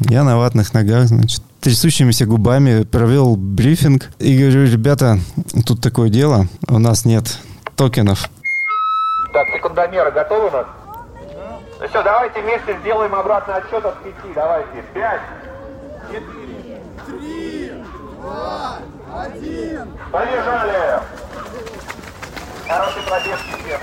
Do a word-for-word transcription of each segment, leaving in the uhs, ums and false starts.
Я на ватных ногах, значит, трясущимися губами провел брифинг и говорю: ребята, тут такое дело, у нас нет токенов. Так, секундомеры готовы у нас? Ну все, давайте вместе сделаем обратный отсчет от пяти. Давайте. Пять, четыре, три, два, один. Побежали! Хороший пробег всем.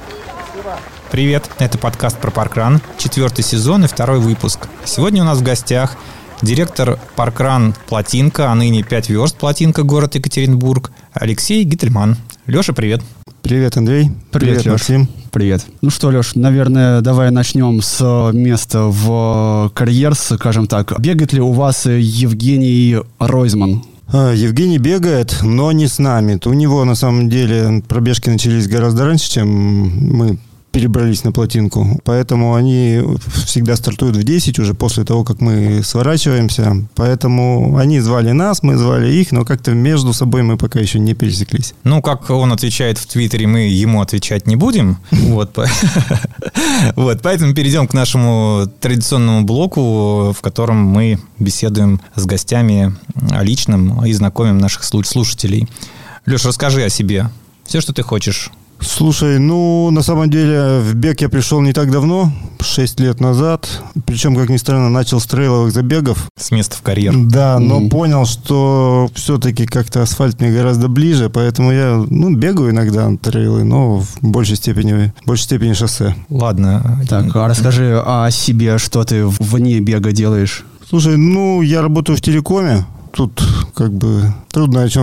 Привет, это подкаст про Паркран, четвертый сезон и второй выпуск. Сегодня у нас в гостях директор Паркран Плотинка, а ныне пять верст Плотинка, город Екатеринбург, Алексей Гительман. Леша, привет. Привет, Андрей. Привет, Привет, Леш. Максим. Привет. Ну что, Леш, наверное, давай начнем с места в карьер, скажем так. Бегает ли у вас Евгений Ройзман? Евгений бегает, но не с нами. У него, на самом деле, пробежки начались гораздо раньше, чем мы перебрались на плотинку. Поэтому они всегда стартуют в десять, уже после того, как мы сворачиваемся. Поэтому они звали нас, мы звали их, но как-то между собой мы пока еще не пересеклись. Ну, как он отвечает в Твиттере, мы ему отвечать не будем. Вот, поэтому перейдем к нашему традиционному блоку, в котором мы беседуем с гостями о личном и знакомим наших слушателей. Леш, расскажи о себе. Все, что ты хочешь. Слушай, ну, на самом деле, в бег я пришел не так давно, шесть лет назад. Причем, как ни странно, начал с трейловых забегов. С места в карьер. Да, но mm. понял, что все-таки как-то асфальт мне гораздо ближе, поэтому я, ну, бегаю иногда на трейлы, но в большей степени, в большей степени шоссе. Ладно. Так, а расскажи о себе, что ты вне бега делаешь. Слушай, ну, я работаю в телекоме. Тут как бы трудно о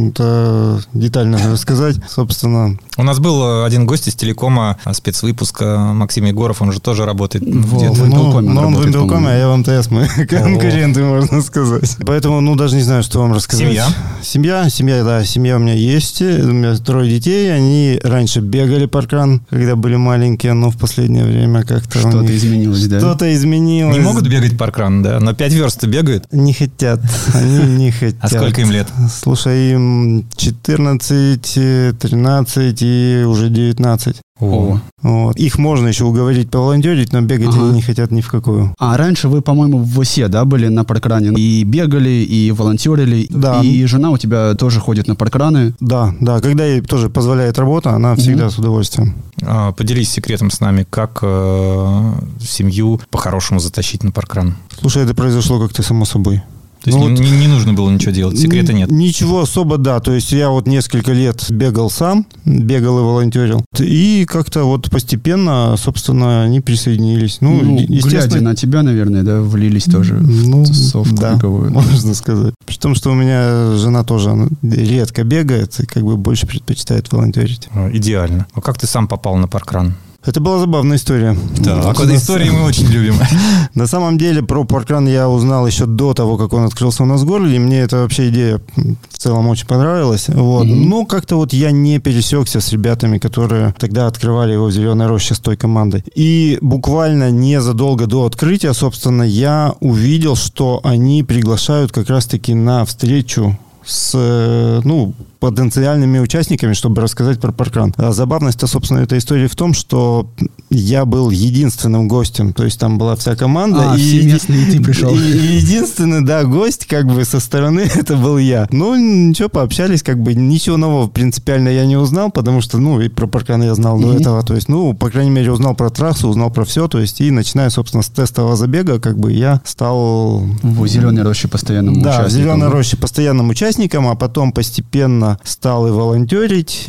чем-то детально рассказать, собственно. У нас был один гость из телекома, спецвыпуска, Максим Егоров, он же тоже работает в, где-то. в Интелкоме. Ну, он в Интелкоме, а я в эм тэ эс, мы конкуренты, можно сказать. Поэтому, ну, даже не знаю, что вам рассказать. Семья? Семья, семья, да, семья у меня есть. У меня трое детей, они раньше бегали паркран, когда были маленькие, но в последнее время как-то Что-то изменилось, да? Что-то изменилось. Не могут бегать паркран, да? Но пять верст бегают? Не хотят, они не хотят. А сколько им лет? Слушай, им четырнадцать, тринадцать и уже девятнадцать. О. Вот. Их можно еще уговорить поволонтерить, но бегать ага. они не хотят ни в какую. А раньше вы, по-моему, в ВОСе, да, были на паркране? И бегали, и волонтерили. Да. И жена у тебя тоже ходит на паркраны. Да, да. Когда ей тоже позволяет работа, она всегда mm-hmm. с удовольствием. А, поделись секретом с нами, как э, семью по-хорошему затащить на паркран? Слушай, это произошло как-то само собой. То есть ну, не, не нужно было ничего делать, секрета нет? Ничего особо, да. То есть я вот несколько лет бегал сам, бегал и волонтерил. И как-то вот постепенно, собственно, они присоединились. Ну, ну глядя на тебя, наверное, да, влились тоже ну, в тусовку да, беговую. Можно сказать. При том, что у меня жена тоже она редко бегает и как бы больше предпочитает волонтерить. Идеально. А как ты сам попал на паркран? Это была забавная история. Так, вот истории мы очень любим. На самом деле про паркран я узнал еще до того, как он открылся у нас в городе, и мне эта вообще идея в целом очень понравилась. Вот. Mm-hmm. Но как-то вот я не пересекся с ребятами, которые тогда открывали его в Зеленой Роще с той командой. И буквально незадолго до открытия, собственно, я увидел, что они приглашают как раз-таки на встречу с, ну, потенциальными участниками, чтобы рассказать про паркран. А забавность-то, собственно, этой истории в том, что я был единственным гостем, то есть там была вся команда. А, и, все местные, и ты пришел. И, и единственный, да, гость, как бы, со стороны, это был я. Ну, ничего, пообщались, как бы, ничего нового принципиально я не узнал, потому что, ну, и про паркран я знал mm-hmm. до этого, то есть, ну, по крайней мере, узнал про трассу, узнал про все, то есть, и начиная, собственно, с тестового забега, как бы, я стал... В Зеленой Роще постоянным да, участником. Да, в Зеленой Роще постоянным участником, а потом постепенно стал и волонтерить,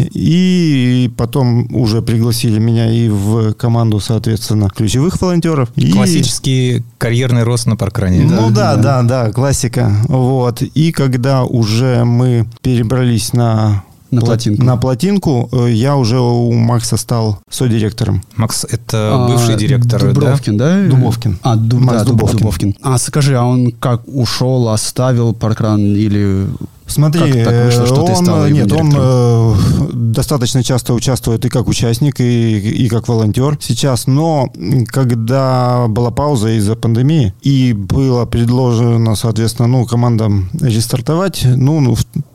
и потом уже пригласили меня и в команду, соответственно, ключевых волонтеров. Классический и... карьерный рост на паркране. Ну да, да, да, да, классика. Вот. И когда уже мы перебрались на... На плотинку. На плотинку я уже у Макса стал содиректором. Макс — это бывший а, директор, Дубровкин, да? да? Дубовкин. А, Дуб, Макс да, Дубовкин. Дубовкин. А скажи, а он как ушел, оставил паркран или... Смотри, как так вышло, что он, ты стал его нет, он директором? э, достаточно часто участвует и как участник, и, и как волонтер сейчас, но когда была пауза из-за пандемии, и было предложено, соответственно, ну, командам рестартовать, ну, ну, в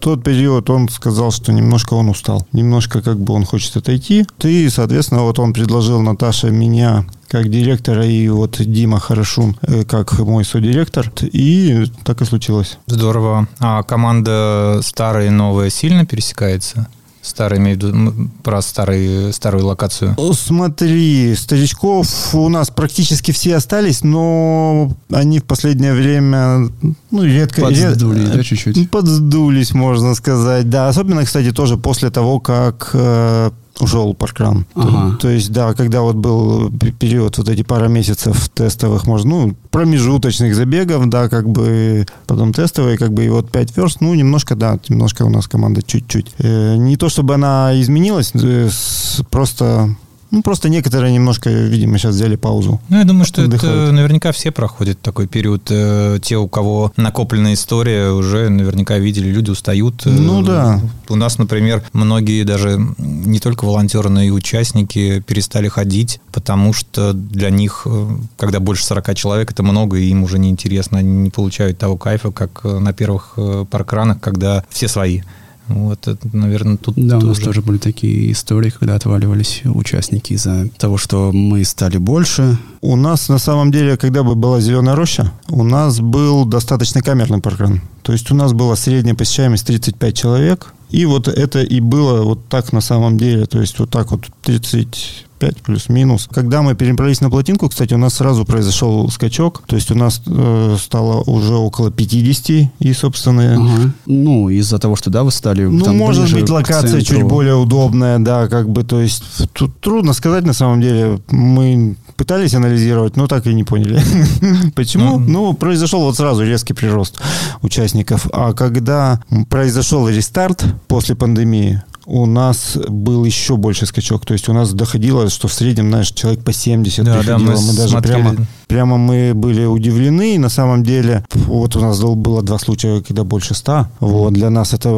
тот период он сказал, что немножко он устал. Немножко как бы он хочет отойти. И, соответственно, вот он предложил Наташе меня как директора и вот Дима Хорошун как мой содиректор. И так и случилось. Здорово. А команда старая и новая сильно пересекается? Старый, имею в виду, про старый, старую локацию. Смотри, старичков у нас практически все остались, но они в последнее время ну, редко... Подсдулись, ред... да, чуть-чуть? Подсдулись, можно сказать, да. Особенно, кстати, тоже после того, как... Э, ушел Паркран. Ага. То, то есть, да, когда вот был период, вот эти пара месяцев тестовых, можно, ну, промежуточных забегов, да, как бы, потом тестовые, как бы, и вот пять верст, ну, немножко, да, немножко у нас команда чуть-чуть. Э, не то, чтобы она изменилась, э, с, просто... Ну, просто некоторые немножко, видимо, сейчас взяли паузу. Ну, я думаю, что отдыхают. Это наверняка все проходят такой период. Те, у кого накопленная история, уже наверняка видели, люди устают. Ну, да. У нас, например, многие даже не только волонтеры, но и участники перестали ходить, потому что для них, когда больше сорока человек, это много, и им уже неинтересно. Они не получают того кайфа, как на первых паркранах, когда все свои. Вот, это, наверное, тут Да, тоже. у нас тоже были такие истории, когда отваливались участники из-за того, что мы стали больше. У нас, на самом деле, когда бы была «Зеленая роща», у нас был достаточно камерный паркран. То есть у нас была средняя посещаемость тридцать пять человек. И вот это и было вот так на самом деле. То есть вот так вот тридцать пять плюс-минус. Когда мы перебрались на плотинку, кстати, у нас сразу произошел скачок. То есть у нас э, стало уже около пятьдесят. И, собственно... Ага. Ну, из-за того, что, да, вы стали Ну, там может ближе быть, локация к центру. чуть более удобная, да, как бы, то есть тут трудно сказать на самом деле. Мы пытались анализировать, но так и не поняли. Почему? Ну, произошел вот сразу резкий прирост участников. А когда произошел рестарт после пандемии, у нас был еще больше скачок. То есть у нас доходило, что в среднем, знаешь, человек по семьдесят да, приходило. Да, мы, мы даже смотрели. прямо, прямо мы были удивлены. И на самом деле, вот у нас было два случая, когда больше ста. Вот, для нас это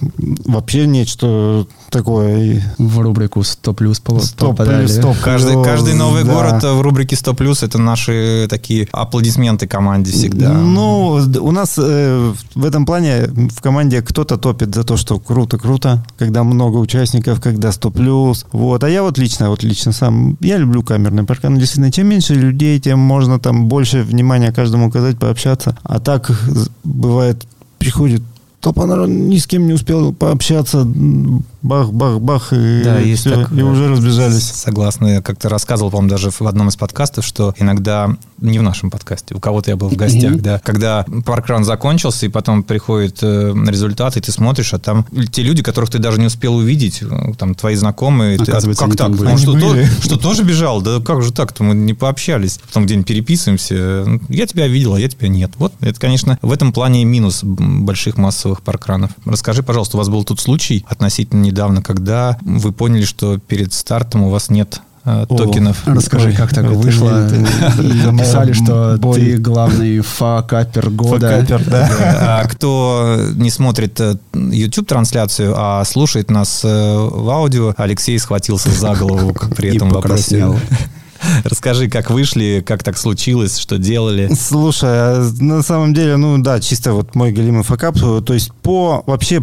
вообще нечто такое. В рубрику сто плюс попадали. Каждый, каждый новый да. город в рубрике сто плюс это наши такие аплодисменты команде всегда. Ну, у нас э, в этом плане в команде кто-то топит за то, что круто-круто, когда много участников, когда сто плюс. Вот. А я вот лично, вот лично сам, я люблю камерный паркан. Действительно, чем меньше людей, тем можно там больше внимания каждому указать, пообщаться. А так бывает, приходит толпа народ, ни с кем не успел пообщаться, бах-бах-бах, и, да, есть все, так, и уже разбежались. Согласна. Я как-то рассказывал, по-моему, даже в одном из подкастов, что иногда, не в нашем подкасте, у кого-то я был в гостях, mm-hmm. да, когда паркран закончился, и потом приходит э, результат, и ты смотришь, а там те люди, которых ты даже не успел увидеть, там, твои знакомые. Оказывается, ты, как так? Ну, что, то, что тоже бежал? Да как же так-то? Мы не пообщались. Потом где-нибудь переписываемся. Я тебя видел, а я тебя нет. Вот, это, конечно, в этом плане минус больших массовых паркранов. Расскажи, пожалуйста, у вас был тут случай относительно недавно, когда вы поняли, что перед стартом у вас нет э, токенов. О, расскажи, как так вышло. И написали, что ты главный факапер года. Факапер, да. А кто не смотрит YouTube-трансляцию, а слушает нас в аудио, Алексей схватился за голову при этом вопросе. Расскажи, как вышли, как так случилось, что делали? Слушай, на самом деле, ну да, чисто вот мой голимый факап. То есть по, вообще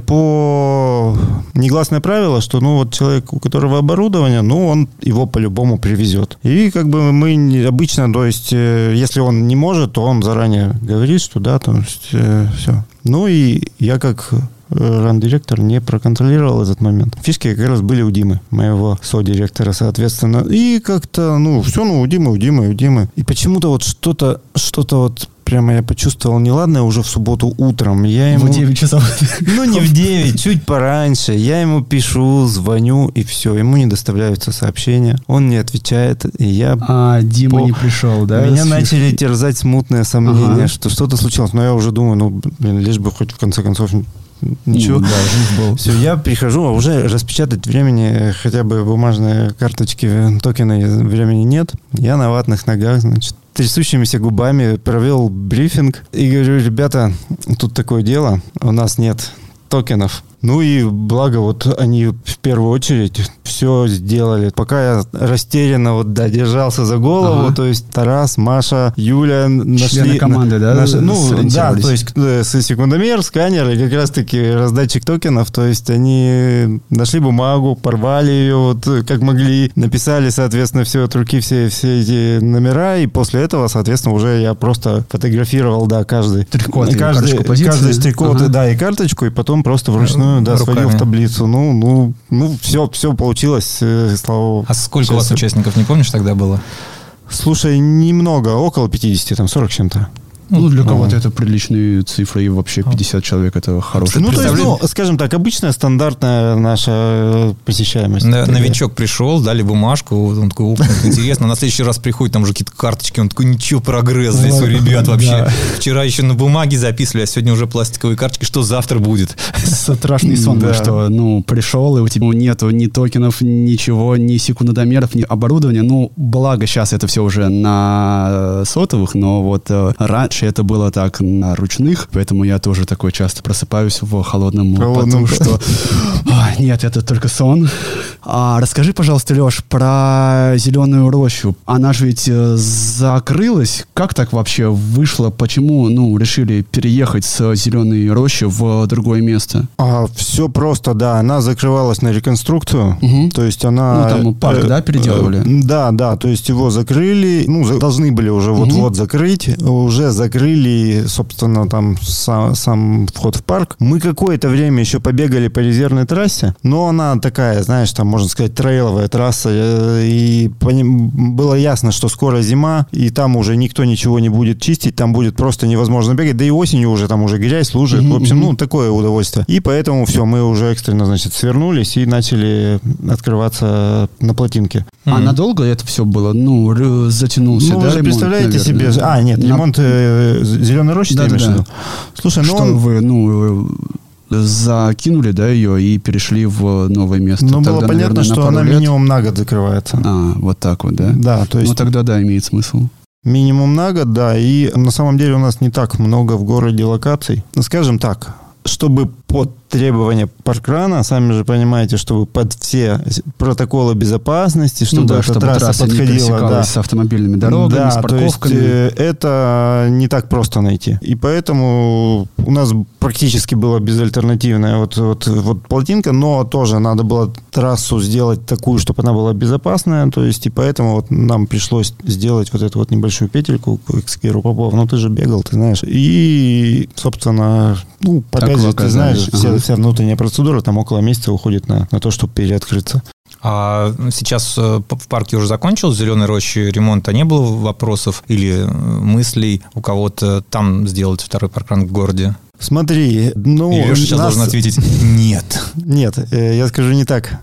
по негласное правило, что ну вот человек, у которого оборудование, ну он его по-любому привезет. И как бы мы обычно, то есть если он не может, то он заранее говорит, что да, то есть э, все. Ну и я как... ран-директор не проконтролировал этот момент. Фишки как раз были у Димы, моего со-директора, соответственно. И как-то, ну, все, ну, у Димы, у Димы, у Димы. И почему-то вот что-то, что-то вот прямо я почувствовал неладное уже в субботу утром. Я ему... В девять часов. Ну, не в девять, чуть пораньше. Я ему пишу, звоню, и все. Ему не доставляются сообщения. Он не отвечает, и я... А, Дима По... не пришел, да? Меня начали терзать смутные сомнения, ага. что что-то случилось. Но я уже думаю, ну, блин, лишь бы хоть в конце концов... Ничего. Да, жив был. Все, я прихожу, а уже распечатать времени, хотя бы бумажные карточки, токены времени нет. Я на ватных ногах, значит, трясущимися губами провел брифинг и говорю, ребята, тут такое дело, у нас нет токенов. Ну и благо вот они в первую очередь все сделали. Пока я растерянно вот, да, держался за голову, ага. то есть Тарас, Маша, Юля нашли... Члены команды, да? Наши, ну, да, то есть с секундомер, сканер и как раз-таки раздатчик токенов, то есть они нашли бумагу, порвали ее вот как могли, написали, соответственно, все от руки, все, все эти номера, и после этого, соответственно, уже я просто фотографировал, да, каждый... Штрих-код, каждый, каждый штрих-код, ага. да, и карточку, и потом просто вручную, да, руками. сводил в таблицу. Ну, ну, ну, все, все получилось, слава богу. А сколько у вас участников, не помнишь, тогда было? Слушай, немного, около пятидесяти, там сорок чем-то. Ну, для кого-то это приличные цифры, и вообще пятьдесят человек это хороший. Ну, то есть, ну, скажем так, обычная стандартная наша посещаемость. На, новичок пришел, дали бумажку, он такой, интересно, на следующий раз приходит, там уже какие-то карточки, он такой, ничего, прогресс здесь у ребят вообще. Вчера еще на бумаге записывали, а сегодня уже пластиковые карточки, что завтра будет? Страшный сон, да. что, ну, пришел, и у тебя нету ни токенов, ничего, ни секундомеров, ни оборудования. Ну, благо сейчас это все уже на сотовых, но вот раньше это было так на ручных, поэтому я тоже такой часто просыпаюсь в холодном поту, что а, нет, это только сон. А, расскажи, пожалуйста, Леш, про Зеленую рощу. Она же ведь закрылась. Как так вообще вышло? Почему, ну, решили переехать с Зеленой рощи в другое место? А, все просто, да. Она закрывалась на реконструкцию. Угу. То есть она... Ну, там парк, э, да, переделывали? Э, да, да. То есть его закрыли. Ну, должны были уже угу. вот-вот закрыть. Уже закрыли, собственно, там сам, сам вход в парк. Мы какое-то время еще побегали по резервной трассе, но она такая, знаешь, там, можно сказать, трейловая трасса, и было ясно, что скоро зима, и там уже никто ничего не будет чистить, там будет просто невозможно бегать, да и осенью уже там уже грязь, лужи, mm-hmm. в общем, ну, такое удовольствие. И поэтому все, мы уже экстренно, значит, свернулись и начали открываться на плотинке. А mm-hmm. надолго это все было? Ну, затянулся, ну, да, вы же ремонт, представляете наверное? себе... А, нет, на... ремонт э, Зеленой рощи, да, ты имеешь в виду? Слушай, ну что он... вы, ну... закинули, да, ее и перешли в новое место. Ну, тогда, было понятно, наверное, что она лет... минимум на год закрывается. А, вот так вот, да? Да, то есть... Ну, тогда, да, имеет смысл. Минимум на год, да, и на самом деле у нас не так много в городе локаций. Скажем так, чтобы под требования паркрана, сами же понимаете, чтобы под все протоколы безопасности, чтобы, ну, да, эта чтобы трасса, трасса подходила, да, с автомобильными дорогами, да, с парковками. То есть, э, это не так просто найти. И поэтому у нас практически была безальтернативная вот, вот, вот плотинка, но тоже надо было трассу сделать такую, чтобы она была безопасная. То есть, и поэтому вот нам пришлось сделать вот эту вот небольшую петельку к скверу Попова. Ну, ты же бегал, ты знаешь. И, собственно, ну, опять же, ты знаешь, ага. вся, вся внутренняя процедура там около месяца уходит на, на то, чтобы переоткрыться. А сейчас в парке уже закончилась Зеленой рощи ремонт, а не было вопросов или мыслей у кого-то там сделать второй паркран в городе? Смотри, ну... И Леша сейчас нас... должен ответить «нет». Нет, я скажу не так.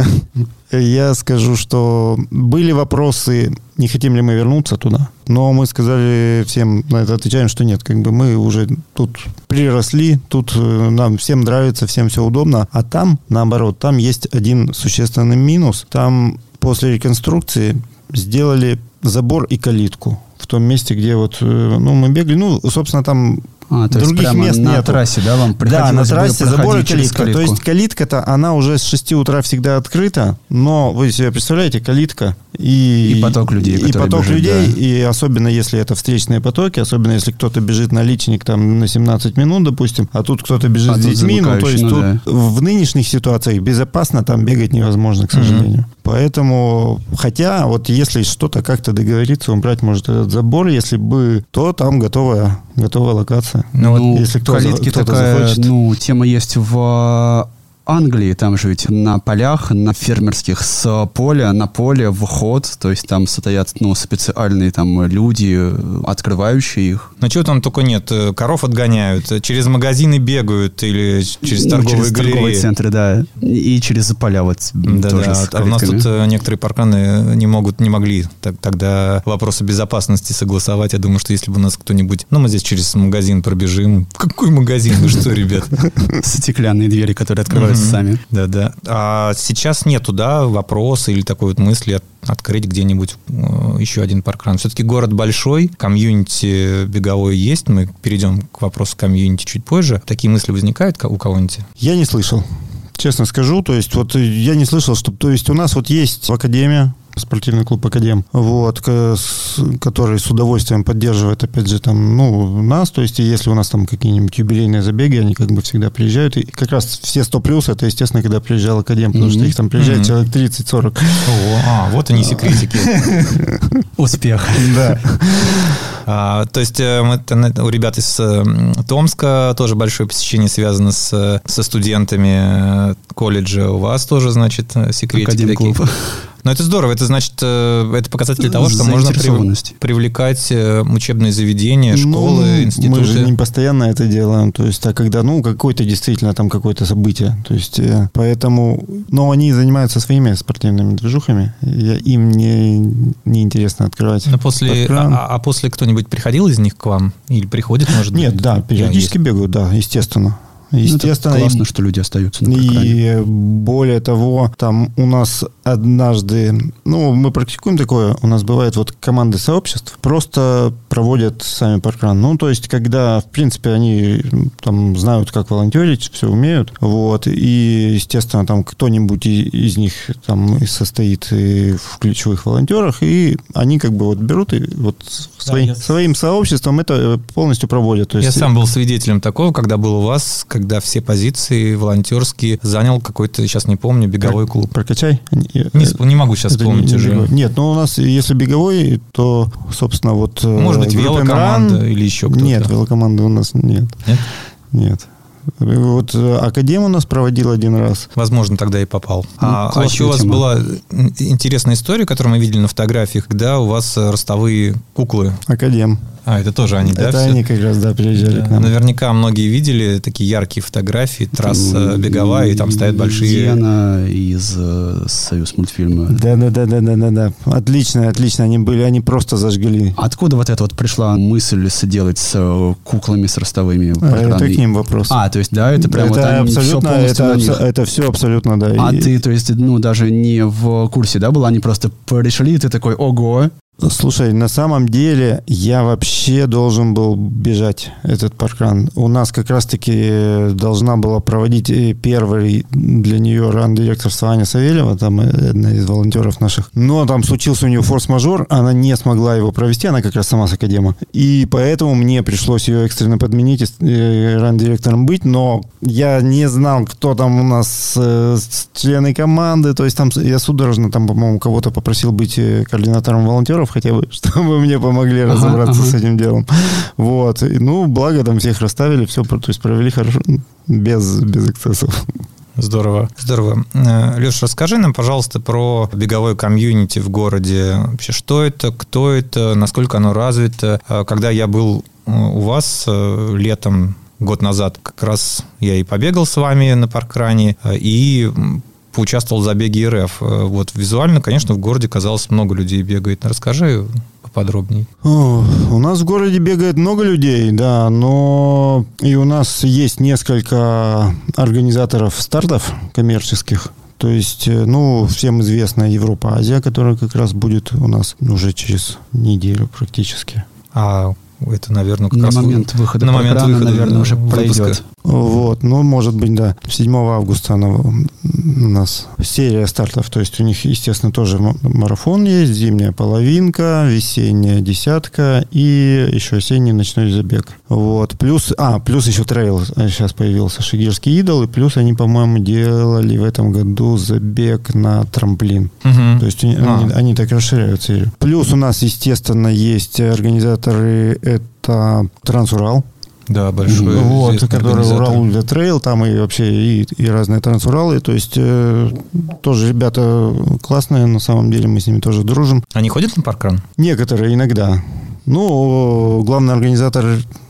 Я скажу, что были вопросы, не хотим ли мы вернуться туда. Но мы сказали всем, на это отвечаем, что нет. Как бы мы уже тут приросли, тут нам всем нравится, всем все удобно. А там, наоборот, там есть один существенный минус. Там после реконструкции сделали забор и калитку в том месте, где вот, ну, мы бегали. Ну, собственно, там... А, то других есть мест на нет. трассе, да, вам приходилось Да, на трассе забор и калитка. калитку. То есть калитка-то, она уже с шести утра всегда открыта, но вы себе представляете, калитка и... И поток людей, И поток бежит, людей, да. И особенно если это встречные потоки, особенно если кто-то бежит на личник там на семнадцать минут, допустим, а тут кто-то бежит а с детьми, ну, то есть ну, тут да. в нынешних ситуациях безопасно там бегать невозможно, к сожалению. Mm-hmm. Поэтому, хотя, вот если что-то как-то договориться, убрать может этот забор, если бы, то там готовая, готовая локация. Ну, вот если кто, калитки кто-то такая, захочет. Ну, тема есть в Англии, там же ведь на полях, на фермерских, с поля на поле вход, то есть там стоят, ну, специальные там люди, открывающие их. Ну, чего там только нет, коров отгоняют, через магазины бегают или через торговые ну, через галереи. торговые центры, да, и через поля вот да, тоже да. с А у нас тут некоторые паркраны не могут, не могли так, тогда вопросы безопасности согласовать. Я думаю, что если бы у нас кто-нибудь... Ну, мы здесь через магазин пробежим. Какой магазин? Вы что, ребят? Стеклянные двери, которые открываются сами. Да-да. А сейчас нету, да, вопроса или такой вот мысли от, открыть где-нибудь э, еще один паркран? Все-таки город большой, комьюнити беговое есть. Мы перейдем к вопросу комьюнити чуть позже. Такие мысли возникают у кого-нибудь? Я не слышал. Честно скажу, то есть вот я не слышал, что... То есть у нас вот есть академия, спортивный клуб «Академ», вот, который с удовольствием поддерживает, опять же, там, ну, нас, то есть если у нас там какие-нибудь юбилейные забеги, они как бы всегда приезжают, и как раз все сто плюс, это, естественно, когда приезжал «Академ», потому mm-hmm. что их там приезжает mm-hmm. человек тридцать-сорок. О, а, вот они секретики. Успех. Да. А, то есть мы, у ребят из Томска тоже большое посещение связано с, со студентами колледжа. У вас тоже, значит, секретики такие. Но это здорово, это значит, это показатель того, что можно привлекать учебные заведения, школы, ну, институты. Мы же не постоянно это делаем, то есть, а когда, ну, какое-то действительно там какое-то событие, то есть, поэтому, но они занимаются своими спортивными движухами, я, им не, не интересно открывать. Но после, а, а после кто-нибудь приходил из них к вам? Или приходит, может быть? Нет, да, периодически бегают, да, естественно. Естественно, ну, это классно, и, что люди остаются на паркране. И более того, там у нас однажды, ну, мы практикуем такое, у нас бывает вот команды сообществ, просто проводят сами паркран. Ну, то есть, когда, в принципе, они там знают, как волонтерить, все умеют, вот, и, естественно, там кто-нибудь из них там состоит и в ключевых волонтерах, и они как бы вот берут и вот да, свои, я... своим сообществом это полностью проводят. То есть, я сам был свидетелем такого, когда был у вас, когда все позиции волонтерские занял какой-то, сейчас не помню, беговой Про, клуб. Прокачай? Не, не могу сейчас вспомнить уже. Беговой. Нет, ну у нас, если беговой, то, собственно, вот... Может быть, велокоманда или еще кто-то? Нет, велокоманды у нас нет. Нет? Нет. Вот Академ у нас проводил один раз. Возможно, тогда и попал. Ну, а, а еще у вас тема. Была интересная история, которую мы видели на фотографиях, когда у вас ростовые куклы. Академ. А, это тоже они, это да? Это они как раз, да, приезжали да. к нам. Наверняка многие видели такие яркие фотографии, трасса ну, беговая, и там стоят большие... Яна из э, Союз мультфильма. Да-да-да-да-да-да. Отлично, отлично. Они были, они просто зажгли. Откуда вот эта вот пришла мысль сделать с э, куклами, с ростовыми паркранами? Это к ним вопрос. А, то есть, да, это прямо это вот абсолютно, это, абс- это все абсолютно, да. А и... ты, то есть, ну, даже не в курсе, да, был? Они просто пришли, и ты такой, ого... Слушай, на самом деле я вообще должен был бежать этот паркран. У нас как раз-таки должна была проводить первый для нее ран-директорство Аня Савельева, там одна из волонтеров наших. Но там случился у нее форс-мажор, она не смогла его провести, она как раз сама с Академа. И поэтому мне пришлось ее экстренно подменить и ран-директором быть, но я не знал, кто там у нас члены команды, то есть там я судорожно, там, по-моему, кого-то попросил быть координатором волонтеров, хотя бы, чтобы мне помогли ага, разобраться ага. с этим делом. Вот. И, ну, благо там всех расставили, все, то есть провели хорошо, без, без эксцессов. Здорово, здорово. Леш, расскажи нам, пожалуйста, про беговое комьюнити в городе. Вообще, что это, кто это, насколько оно развито. Когда я был у вас летом, год назад, как раз я и побегал с вами на паркране, и поучаствовал в забеге эр эф. Вот визуально, конечно, в городе, казалось, много людей бегает. Расскажи поподробнее. О, у нас в городе бегает много людей, да, но и у нас есть несколько организаторов стартов коммерческих. То есть, ну, всем известна Европа-Азия, которая как раз будет у нас уже через неделю практически. А это, наверное, как на раз... момент выхода на момент программы, выхода, наверное, уже выпуска. пройдет. Вот, ну, может быть, да. седьмого августа она, у нас серия стартов. То есть у них, естественно, тоже марафон есть, зимняя половинка, весенняя десятка и еще осенний ночной забег. Вот. Плюс, а, плюс еще трейл сейчас появился, Шигирский идол, и плюс они, по-моему, делали в этом году забег на трамплин. Угу. То есть они, а. они, они так расширяют серию. Плюс у нас, естественно, есть организаторы, это Трансурал. Да, большой. Вот, который Урал Ульtra Трейл, там и вообще и, и разные трансуралы. То есть э, тоже ребята классные, на самом деле мы с ними тоже дружим. Они ходят на паркран? Некоторые иногда. Ну, главный организатор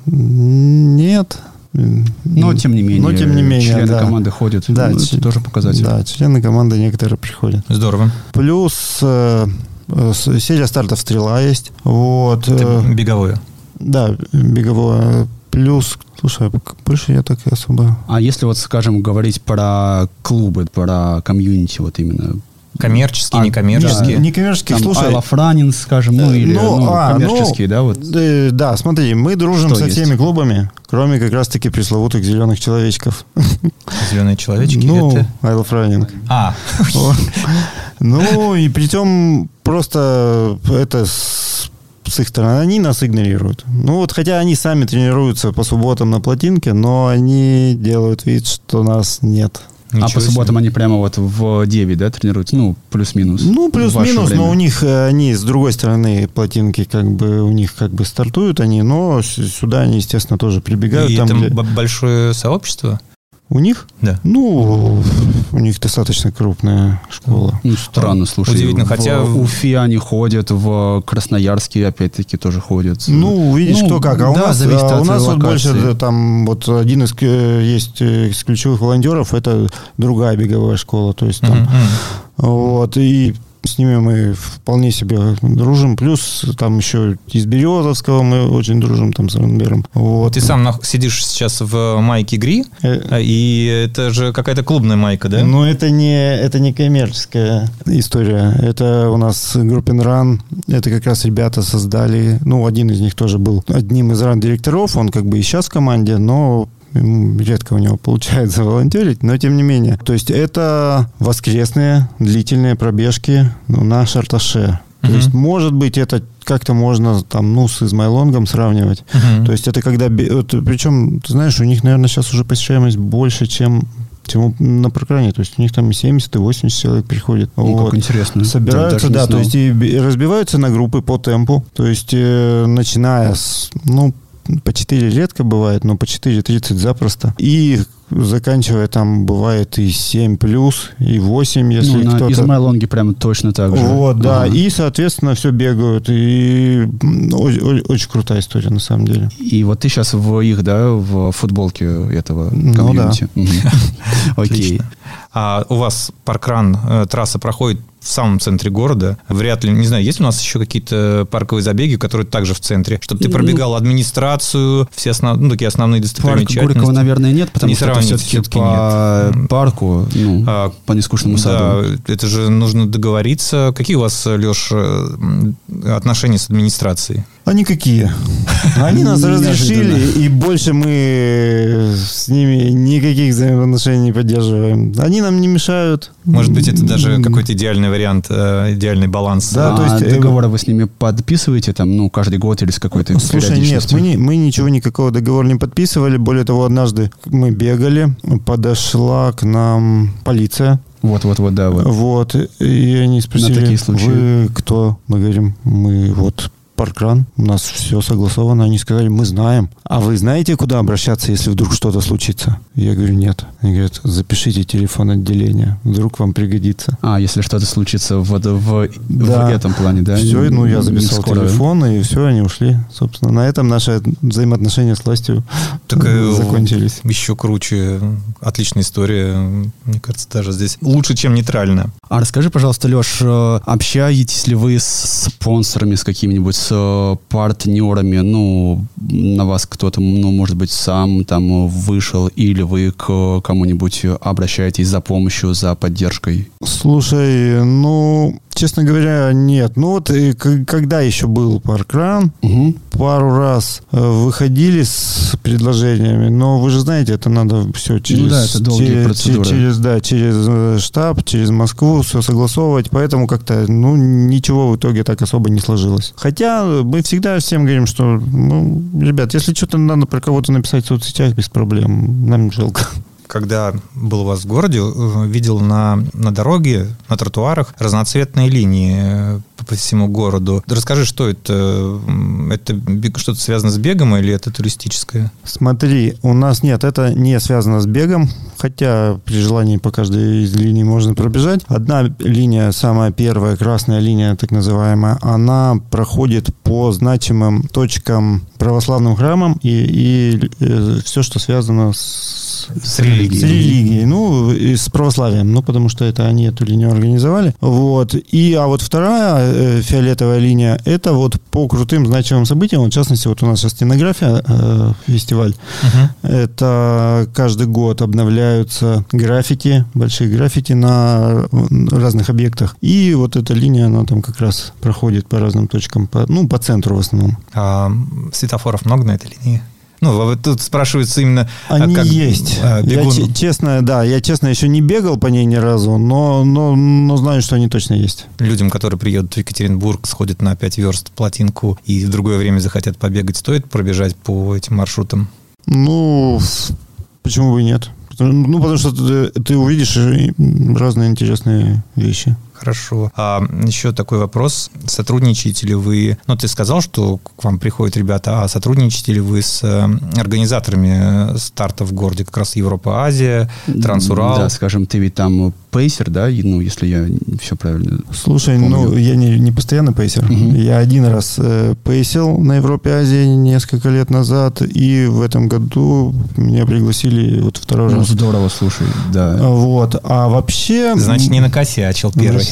нет. Но тем не менее, Но, тем не менее члены да. команды ходят. Да, ну, это тоже показатель. Да, члены команды некоторые приходят. Здорово. Плюс э, серия стартов «Стрела» есть. Вот. Это беговое. Да, беговое. Плюс, слушай, больше я так и особо... А если вот, скажем, говорить про клубы, про комьюнити, вот именно... Коммерческие, а, некоммерческие? Да, некоммерческие, там слушай... I Love Running, скажем, ну, или ну, ну, а, коммерческие, ну, да? Вот. Да, да, смотри, мы дружим Что со есть? всеми клубами, кроме как раз-таки пресловутых зеленых человечков. Зеленые человечки? Ну, это... I Love Running. А. Ну, и притом просто это... с их стороны, они нас игнорируют. Ну вот, хотя они сами тренируются по субботам на плотинке, но они делают вид, что нас нет. Ничего а по себе. субботам они прямо вот в девять, да, тренируются? Ну, плюс-минус. Ну, плюс-минус, но у время. них, они с другой стороны плотинки, как бы, у них как бы стартуют они, но сюда они, естественно, тоже прибегают. И там, там где... б- большое сообщество? У них? Да. Ну, у них достаточно крупная школа. Ну, странно, слушай. Удивительно, в, хотя... В Уфе они ходят, в Красноярске, опять-таки, тоже ходят. Ну, видишь, ну, кто как. А да, у нас, зависит а от у нас вот локации. больше, да, там, вот один из, есть из ключевых волонтеров, это другая беговая школа. То есть там, Mm-hmm. вот, и с ними мы вполне себе дружим. Плюс там еще из Березовского мы очень дружим там с Ранбером. Вот. Ты сам нах- сидишь сейчас в майке ГРИ, Э, и это же какая-то клубная майка, да? Но это не, это не коммерческая история. Это у нас Группин Ран. Это как раз ребята создали. Ну, один из них тоже был одним из ран-директоров. Он как бы и сейчас в команде, но редко у него получается волонтерить, но тем не менее. То есть это воскресные длительные пробежки, ну, на Шарташе. То Мгм. есть, может быть, это как-то можно там, ну, с Измайлонгом сравнивать. Мгм. То есть это когда... бе- вот, причем, ты знаешь, у них, наверное, сейчас уже посещаемость больше, чем, чем на прокране. То есть у них там и семьдесят, и восемьдесят человек приходит. Ну, Вот. как интересно. Собираются, Даже не да, то знал. есть и бе- разбиваются на группы по темпу. То есть э, начиная с, ну, по четыре редко бывает, но по четыре тридцать запросто. И заканчивая там бывает и семь плюс, и восемь, если ну, на кто-то... Измайлонге прям точно так же. Вот, да. Ага. И, соответственно, все бегают. И м, очень, очень- очень крутая история, на самом деле. И вот ты сейчас в их, да, в футболке этого Ну комьюнити. Мгм. Окей. А у вас паркран, э, трасса проходит в самом центре города. Вряд ли, не знаю, есть у нас еще какие-то парковые забеги, которые также в центре, чтобы ты Ну, пробегал администрацию, все основ... ну, такие основные Парк достопримечательности. Горького, наверное, нет, потому Не что это сравнить все-таки все-таки по нет. парку, ну, А, по нескучному Да, саду. это же нужно договориться. Какие у вас, Леш, э, отношения с администрацией? А никакие. Они нас Неожиданно. разрешили, и больше мы с ними никаких взаимоотношений не поддерживаем. Они нам не мешают. Может быть, это даже какой-то идеальный вариант, э, идеальный баланс. Да, а то есть, э, договоры вы с ними подписываете там, ну, каждый год или с какой-то Слушай, нет, периодичностью? мы, не, мы ничего, никакого договора не подписывали. Более того, однажды мы бегали, подошла к нам полиция. Вот-вот-вот, да, вот. Вот, и они спросили, такие случаи. вы кто? Мы говорим, мы вот паркран, у нас все согласовано. Они сказали, мы знаем. А вы знаете, куда обращаться, если вдруг что-то случится? Я говорю, нет. Они говорят, запишите телефон отделения, вдруг вам пригодится. А, если что-то случится в, в, Да. в этом плане, да? Все, ну я Не записал скоро. телефон, и все, они ушли. Собственно, на этом наши взаимоотношения с властью Так, э, закончились. Еще круче. Отличная история. Мне кажется, даже здесь лучше, чем нейтральная. А расскажи, пожалуйста, Леш, э, общаетесь ли вы с спонсорами, с какими-нибудь, с э, партнерами? Ну, на вас кто-то, ну, может быть, сам там вышел, или вы к кому-нибудь обращаетесь за помощью, за поддержкой? Слушай, ну, честно говоря, нет. Ну вот, и к- когда еще был паркран, Угу. пару раз э, выходили с предложениями, но вы же знаете, это надо все через, да, это долгие через, процедуры. через, да, через э, штаб, через Москву все согласовывать, поэтому как-то, ну, ничего в итоге так особо не сложилось. Хотя мы всегда всем говорим, что, ну, ребят, если что-то надо про кого-то написать в соцсетях, без проблем, нам не жалко. Когда был у вас в городе, э, видел на, на дороге, на тротуарах разноцветные линии э, по, по всему городу. Да расскажи, что это? М, Это бег- что-то связано с бегом или это туристическое? Смотри, у нас нет, это не связано с бегом, хотя при желании по каждой из линий можно пробежать. Одна линия, самая первая, красная линия, так называемая, она проходит по значимым точкам православным храмам и, и э, все, что связано с с, с религией. С религией, ну, и с православием, ну, потому что это они эту линию организовали. Вот. И, а вот вторая э, фиолетовая линия, это вот по крутым значимым событиям, вот, в частности, вот у нас сейчас стенография, э, фестиваль. Uh-huh. Это каждый год обновляются граффити, большие граффити на разных объектах. И вот эта линия, она там как раз проходит по разным точкам, по, ну, по центру в основном. А светофоров много на этой линии? Ну, тут спрашивается именно... Они как есть. Бегун... Я, честно, да, я, честно, еще не бегал по ней ни разу, но, но, но знаю, что они точно есть. Людям, которые приедут в Екатеринбург, сходят на пять верст плотинку и в другое время захотят побегать, стоит пробежать по этим маршрутам? Ну, почему бы и нет? Ну, потому что ты, ты увидишь разные интересные вещи. Хорошо. А еще такой вопрос. Сотрудничаете ли вы... Ну, ты сказал, что к вам приходят ребята, а сотрудничаете ли вы с организаторами старта в городе? Как раз Европа-Азия, Трансурал? Да, скажем, ты ведь там пейсер, да? Ну, если я все правильно Слушай, помню. ну, я не, не постоянно пейсер. Угу. Я один раз э, пейсил на Европе-Азии несколько лет назад, и в этом году меня пригласили вот второй ну, раз. Здорово, слушай, да. Вот. А вообще... Значит, не накосячил первый.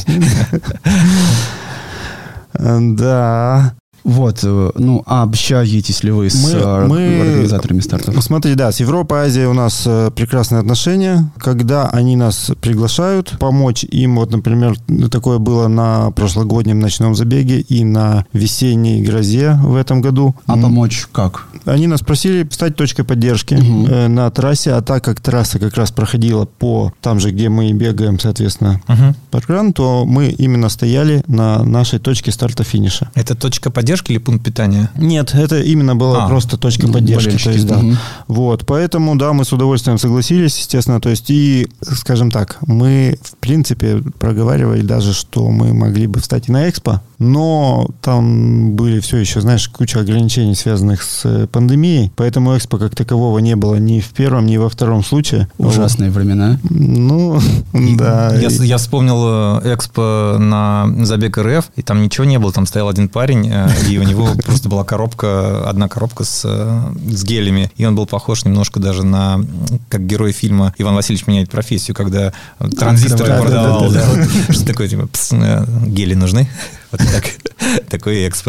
Да. Вот, ну, а общаетесь ли вы с мы, мы, организаторами стартов? Смотри, да, с Европой, Азией у нас прекрасные отношения. Когда они нас приглашают помочь им, вот, например, такое было на прошлогоднем ночном забеге и на весенней грозе в этом году. А помочь как? Они нас просили стать точкой поддержки угу. на трассе, а так как трасса как раз проходила по там же, где мы бегаем, соответственно, угу. паркран, то мы именно стояли на нашей точке старта-финиша. Это точка поддержки или пункт питания? Нет, это именно была а, просто точка поддержки. То есть, да. Угу. Вот, поэтому, да, мы с удовольствием согласились, естественно. То есть, и, скажем так, мы, в принципе, проговаривали даже, что мы могли бы встать и на экспо, но там были все еще, знаешь, куча ограничений, связанных с пандемией, поэтому экспо как такового не было ни в первом, ни во втором случае. Ужасные вот. Времена. Ну, да. Я, я вспомнил экспо на Забег РФ, и там ничего не было, там стоял один парень, и у него просто была коробка, одна коробка с, с гелями, и он был похож немножко даже на, как герой фильма «Иван Васильевич меняет профессию», когда транзисторы да, продавал. Да, да, да, да. Что такое, типа, пс, гели нужны? Вот так, такой экспо.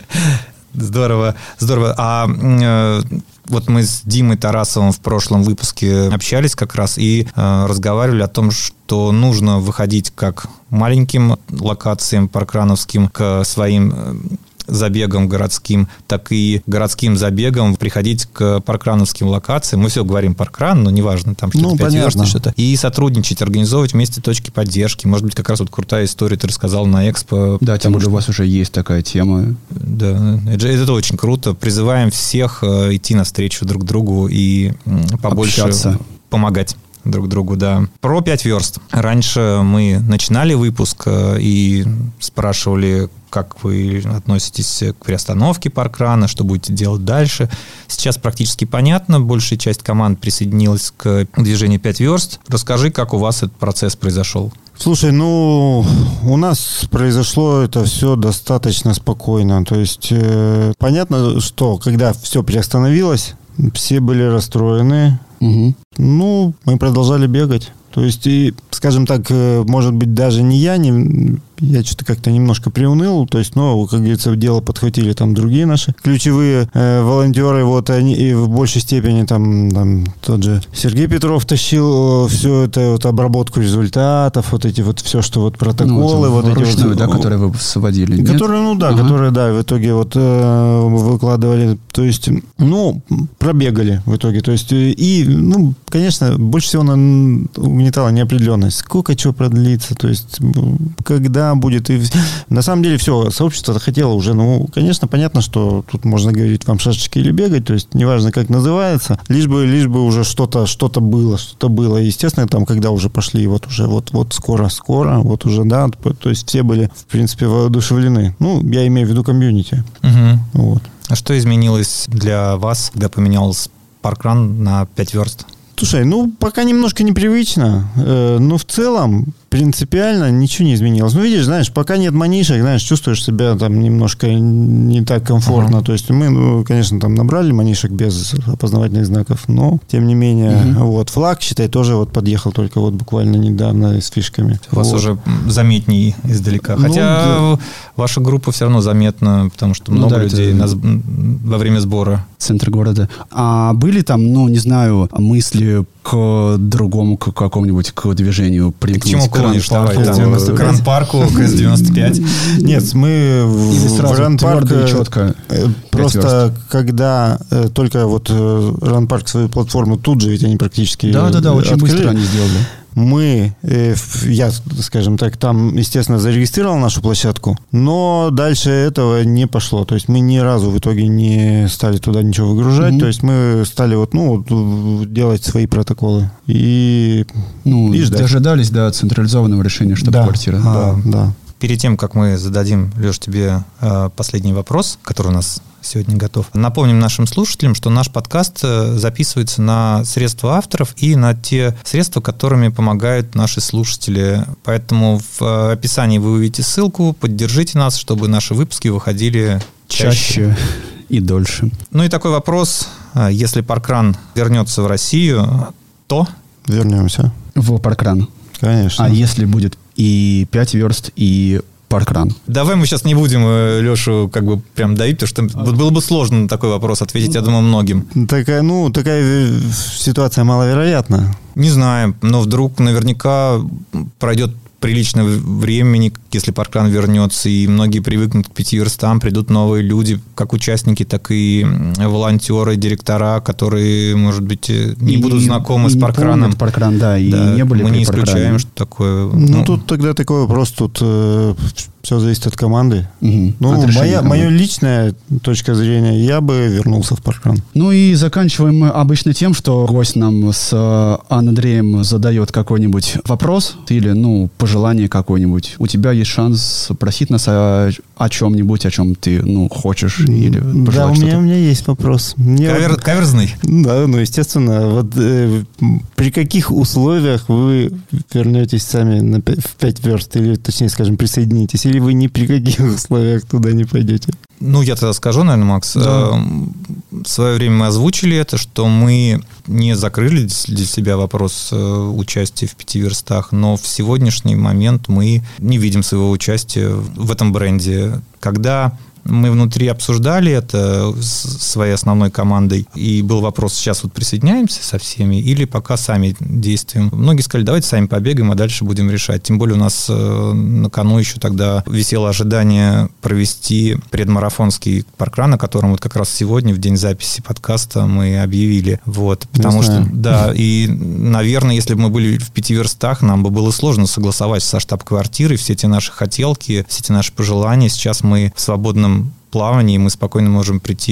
Здорово, здорово. А э, вот мы с Димой Тарасовым в прошлом выпуске общались как раз и э, разговаривали о том, что нужно выходить как маленьким локациям паркрановским к своим э, забегам городским, так и городским забегам приходить к паркрановским локациям. Мы все говорим паркран, но неважно, там что-то ну, пять верст, что-то. И сотрудничать, организовывать вместе точки поддержки. Может быть, как раз вот крутая история ты рассказал на экспо. Да, тем более у вас уже есть такая тема. Да, это, это очень круто. Призываем всех идти навстречу друг другу и побольше общаться. Помогать друг другу, да. Про пять верст. Раньше мы начинали выпуск и спрашивали, как вы относитесь к приостановке паркрана, что будете делать дальше. Сейчас практически понятно. Большая часть команд присоединилась к движению пять верст. Расскажи, как у вас этот процесс произошел. Слушай, ну, у нас произошло это все достаточно спокойно. То есть, э, понятно, что когда все приостановилось, все были расстроены. Угу. Ну, мы продолжали бегать. То есть, и, скажем так, может быть, даже не я, не, я что-то как-то немножко приуныл, то есть, ну, как говорится, дело подхватили там другие наши ключевые э, волонтеры, вот они и в большей степени там, там тот же Сергей Петров тащил всю эту вот обработку результатов, вот эти вот все, что вот протоколы, ну, вот эти ручную, вот, да, которые вы сводили, которые, ну да, ага. которые, да, в итоге вот э, выкладывали, то есть, ну, пробегали в итоге, то есть, и, ну, конечно, больше всего на угнетала неопределенность. Сколько чего продлится, то есть когда будет. И на самом деле все, сообщество хотело уже, ну, конечно, понятно, что тут можно говорить вам шашечки или бегать, то есть неважно, как называется, лишь бы, лишь бы уже что-то, что-то было, что-то было. И, естественно, там, когда уже пошли, вот уже, вот, вот скоро, скоро, вот уже, да, то есть все были, в принципе, воодушевлены. Ну, я имею в виду комьюнити. Угу. Вот. А что изменилось для вас, когда поменялся паркран на пять верст? Слушай, ну, пока немножко непривычно, э, но в целом принципиально ничего не изменилось. Ну, видишь, знаешь, пока нет манишек, знаешь, чувствуешь себя там немножко не так комфортно. Uh-huh. То есть мы, ну, конечно, там набрали манишек без опознавательных знаков, но, тем не менее, uh-huh. вот, флаг, считай, тоже вот подъехал только вот буквально недавно с фишками. У вас вот. уже заметней издалека. Ну, хотя да. ваша группа все равно заметна, потому что много ну, да, людей это... на, во время сбора. Центр города. А были там, ну, не знаю, мысли к другому, к какому-нибудь, к движению примкнуть? К чему клонишь? Давай, там, к Ран-парку, к эс девяносто пять. Нет, мы в Ран-парк четко. Просто когда только вот Ран-парк свою платформу тут же, ведь они практически Да-да-да, очень быстро они сделали. Мы, я, скажем так, там, естественно, зарегистрировал нашу площадку, но дальше этого не пошло. То есть мы ни разу в итоге не стали туда ничего выгружать. Mm-hmm. То есть мы стали вот, ну, делать свои протоколы и, ну, и ждать. Дожидались, да, централизованного решения штаб-квартиры. Да, да, да. Перед тем, как мы зададим, Леш, тебе э, последний вопрос, который у нас сегодня готов, напомним нашим слушателям, что наш подкаст записывается на средства авторов и на те средства, которыми помогают наши слушатели. Поэтому в описании вы увидите ссылку, поддержите нас, чтобы наши выпуски выходили чаще. чаще и дольше. Ну и такой вопрос. Если Паркран вернется в Россию, то... Вернемся. В Паркран. Конечно. А если будет и пять верст, и Паркран? Давай мы сейчас не будем Лешу как бы прям давить, потому что было бы сложно на такой вопрос ответить, я думаю, многим. Такая, ну, такая ситуация маловероятна. Не знаю, но вдруг наверняка пройдет приличное времени, если Паркран вернется, и многие привыкнут к пяти верстам, придут новые люди, как участники, так и волонтеры, директора, которые, может быть, не и, будут знакомы и с Паркраном. Паркран, да, и да, не были мы не Паркране. исключаем, что такое... Ну, ну, тут тогда такой вопрос, тут э, все зависит от команды. Угу. Ну, моя, моя личная точка зрения, я бы вернулся в Паркран. Ну, и заканчиваем мы обычно тем, что гость нам с Андреем задает какой-нибудь вопрос или, ну, желание какое-нибудь. У тебя есть шанс просить нас о, о чем-нибудь, о чем ты, ну, хочешь или пожелать да, у меня, что-то. у меня есть вопрос. Мне Кавер, вот, каверзный? Да, ну, естественно. Вот э, при каких условиях вы вернетесь сами на, в пять верст, или, точнее, скажем, присоединитесь, или вы ни при каких условиях туда не пойдете? Ну, я тогда скажу, наверное, Макс. Да. В свое время мы озвучили это, что мы не закрыли для себя вопрос участия в пяти верстах, но в сегодняшний момент мы не видим своего участия в этом бренде. Когда мы внутри обсуждали это с своей основной командой, и был вопрос, сейчас вот присоединяемся со всеми или пока сами действуем. Многие сказали, давайте сами побегаем, а дальше будем решать. Тем более у нас на кону еще тогда висело ожидание провести предмарафонский Паркран, на котором вот как раз сегодня, в день записи подкаста, мы объявили. Вот, потому что, да, и, наверное, если бы мы были в пяти верстах, нам бы было сложно согласовать со штаб-квартирой все эти наши хотелки, все эти наши пожелания. Сейчас мы в свободном плавании, мы спокойно можем прийти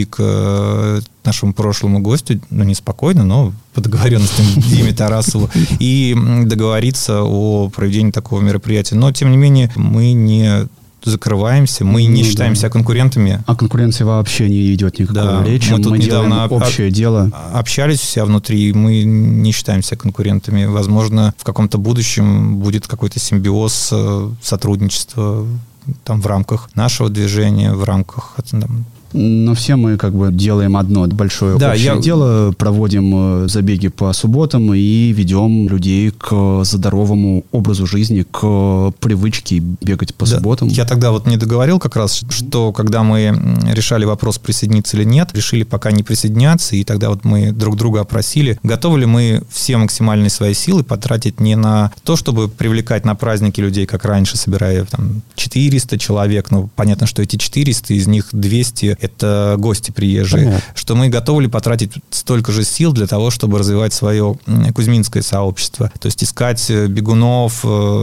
к нашему прошлому гостю, ну, не спокойно, но по договоренности Диме Тарасову, и договориться о проведении такого мероприятия. Но, тем не менее, мы не закрываемся, мы не ну, считаем да. себя конкурентами. О конкуренции вообще не идет никакой да. речи. Мы тут мы недавно об, общее дело. Общались у себя внутри, и мы не считаем себя конкурентами. Возможно, в каком-то будущем будет какой-то симбиоз, сотрудничества там в рамках нашего движения, в рамках там, но все мы как бы делаем одно большое да, общее я... дело, проводим забеги по субботам и ведем людей к здоровому образу жизни, к привычке бегать по да. субботам. Я тогда вот не договорил как раз, что когда мы решали вопрос, присоединиться или нет, решили пока не присоединяться, и тогда вот мы друг друга опросили, готовы ли мы все максимальные свои силы потратить не на то, чтобы привлекать на праздники людей, как раньше, собирая там четыреста человек, ну, понятно, что эти четыреста, из них двести это гости приезжие, Понятно. Что мы готовы ли потратить столько же сил для того, чтобы развивать свое кузьминское сообщество. То есть искать бегунов,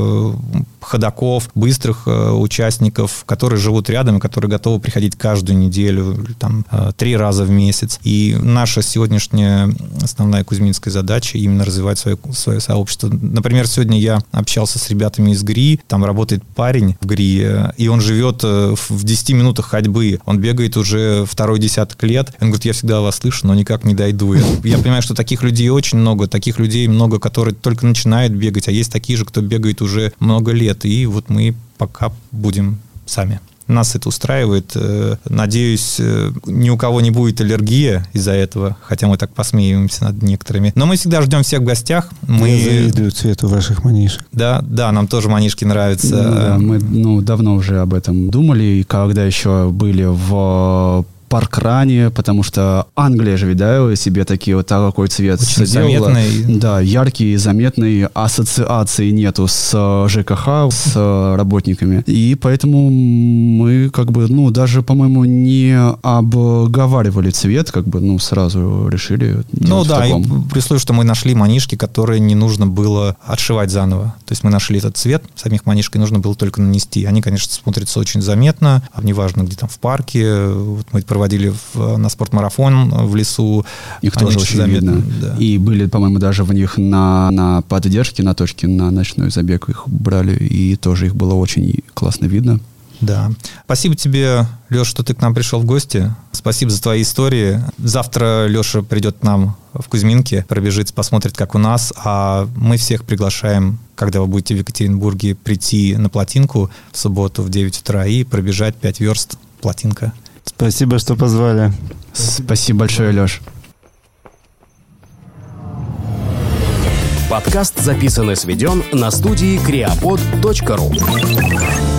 ходаков, быстрых участников, которые живут рядом и которые готовы приходить каждую неделю, там, три раза в месяц. И наша сегодняшняя основная кузьминская задача именно развивать свое, свое сообщество. Например, сегодня я общался с ребятами из ГРИ, там работает парень в ГРИ, и он живет в десяти минутах ходьбы, он бегает уже уже второй десяток лет. Он говорит, я всегда вас слышу, но никак не дойду. Я, я понимаю, что таких людей очень много, таких людей много, которые только начинают бегать, а есть такие же, кто бегает уже много лет. И вот мы пока будем сами. Нас это устраивает. Надеюсь, ни у кого не будет аллергия из-за этого, хотя мы так посмеиваемся над некоторыми. Но мы всегда ждем всех в гостях. Мы... Я завидую цвету ваших манишек. Да, да, нам тоже манишки нравятся. Ну, да, мы ну, давно уже об этом думали, и когда еще были в паркране, потому что Англия же, да, себе такие вот такой цвет очень сделала. Заметный. Да, яркий, заметный, ассоциации нету с ЖКХ, с работниками. И поэтому мы как бы, ну, даже, по-моему, не обговаривали цвет, как бы, ну, сразу решили Ну да, в таком. И при условии, что мы нашли манишки, которые не нужно было отшивать заново. То есть мы нашли этот цвет, самих манишек нужно было только нанести. Они, конечно, смотрятся очень заметно, неважно, где там в парке. Вот мы проводили в, на спортмарафон в лесу. Их тоже очень заметно. видно. Да. И были, по-моему, даже в них на, на поддержке, на точке, на ночной забег их брали, и тоже их было очень классно видно. Да. Спасибо тебе, Леша, что ты к нам пришел в гости. Спасибо за твои истории. Завтра Леша придет к нам в Кузьминки, пробежит, посмотрит, как у нас. А мы всех приглашаем, когда вы будете в Екатеринбурге, прийти на плотинку в субботу в девять утра и пробежать пять верст плотинка. Спасибо, что позвали. Спасибо большое, Леш. Подкаст записан и сведен на студии креопод точка ру.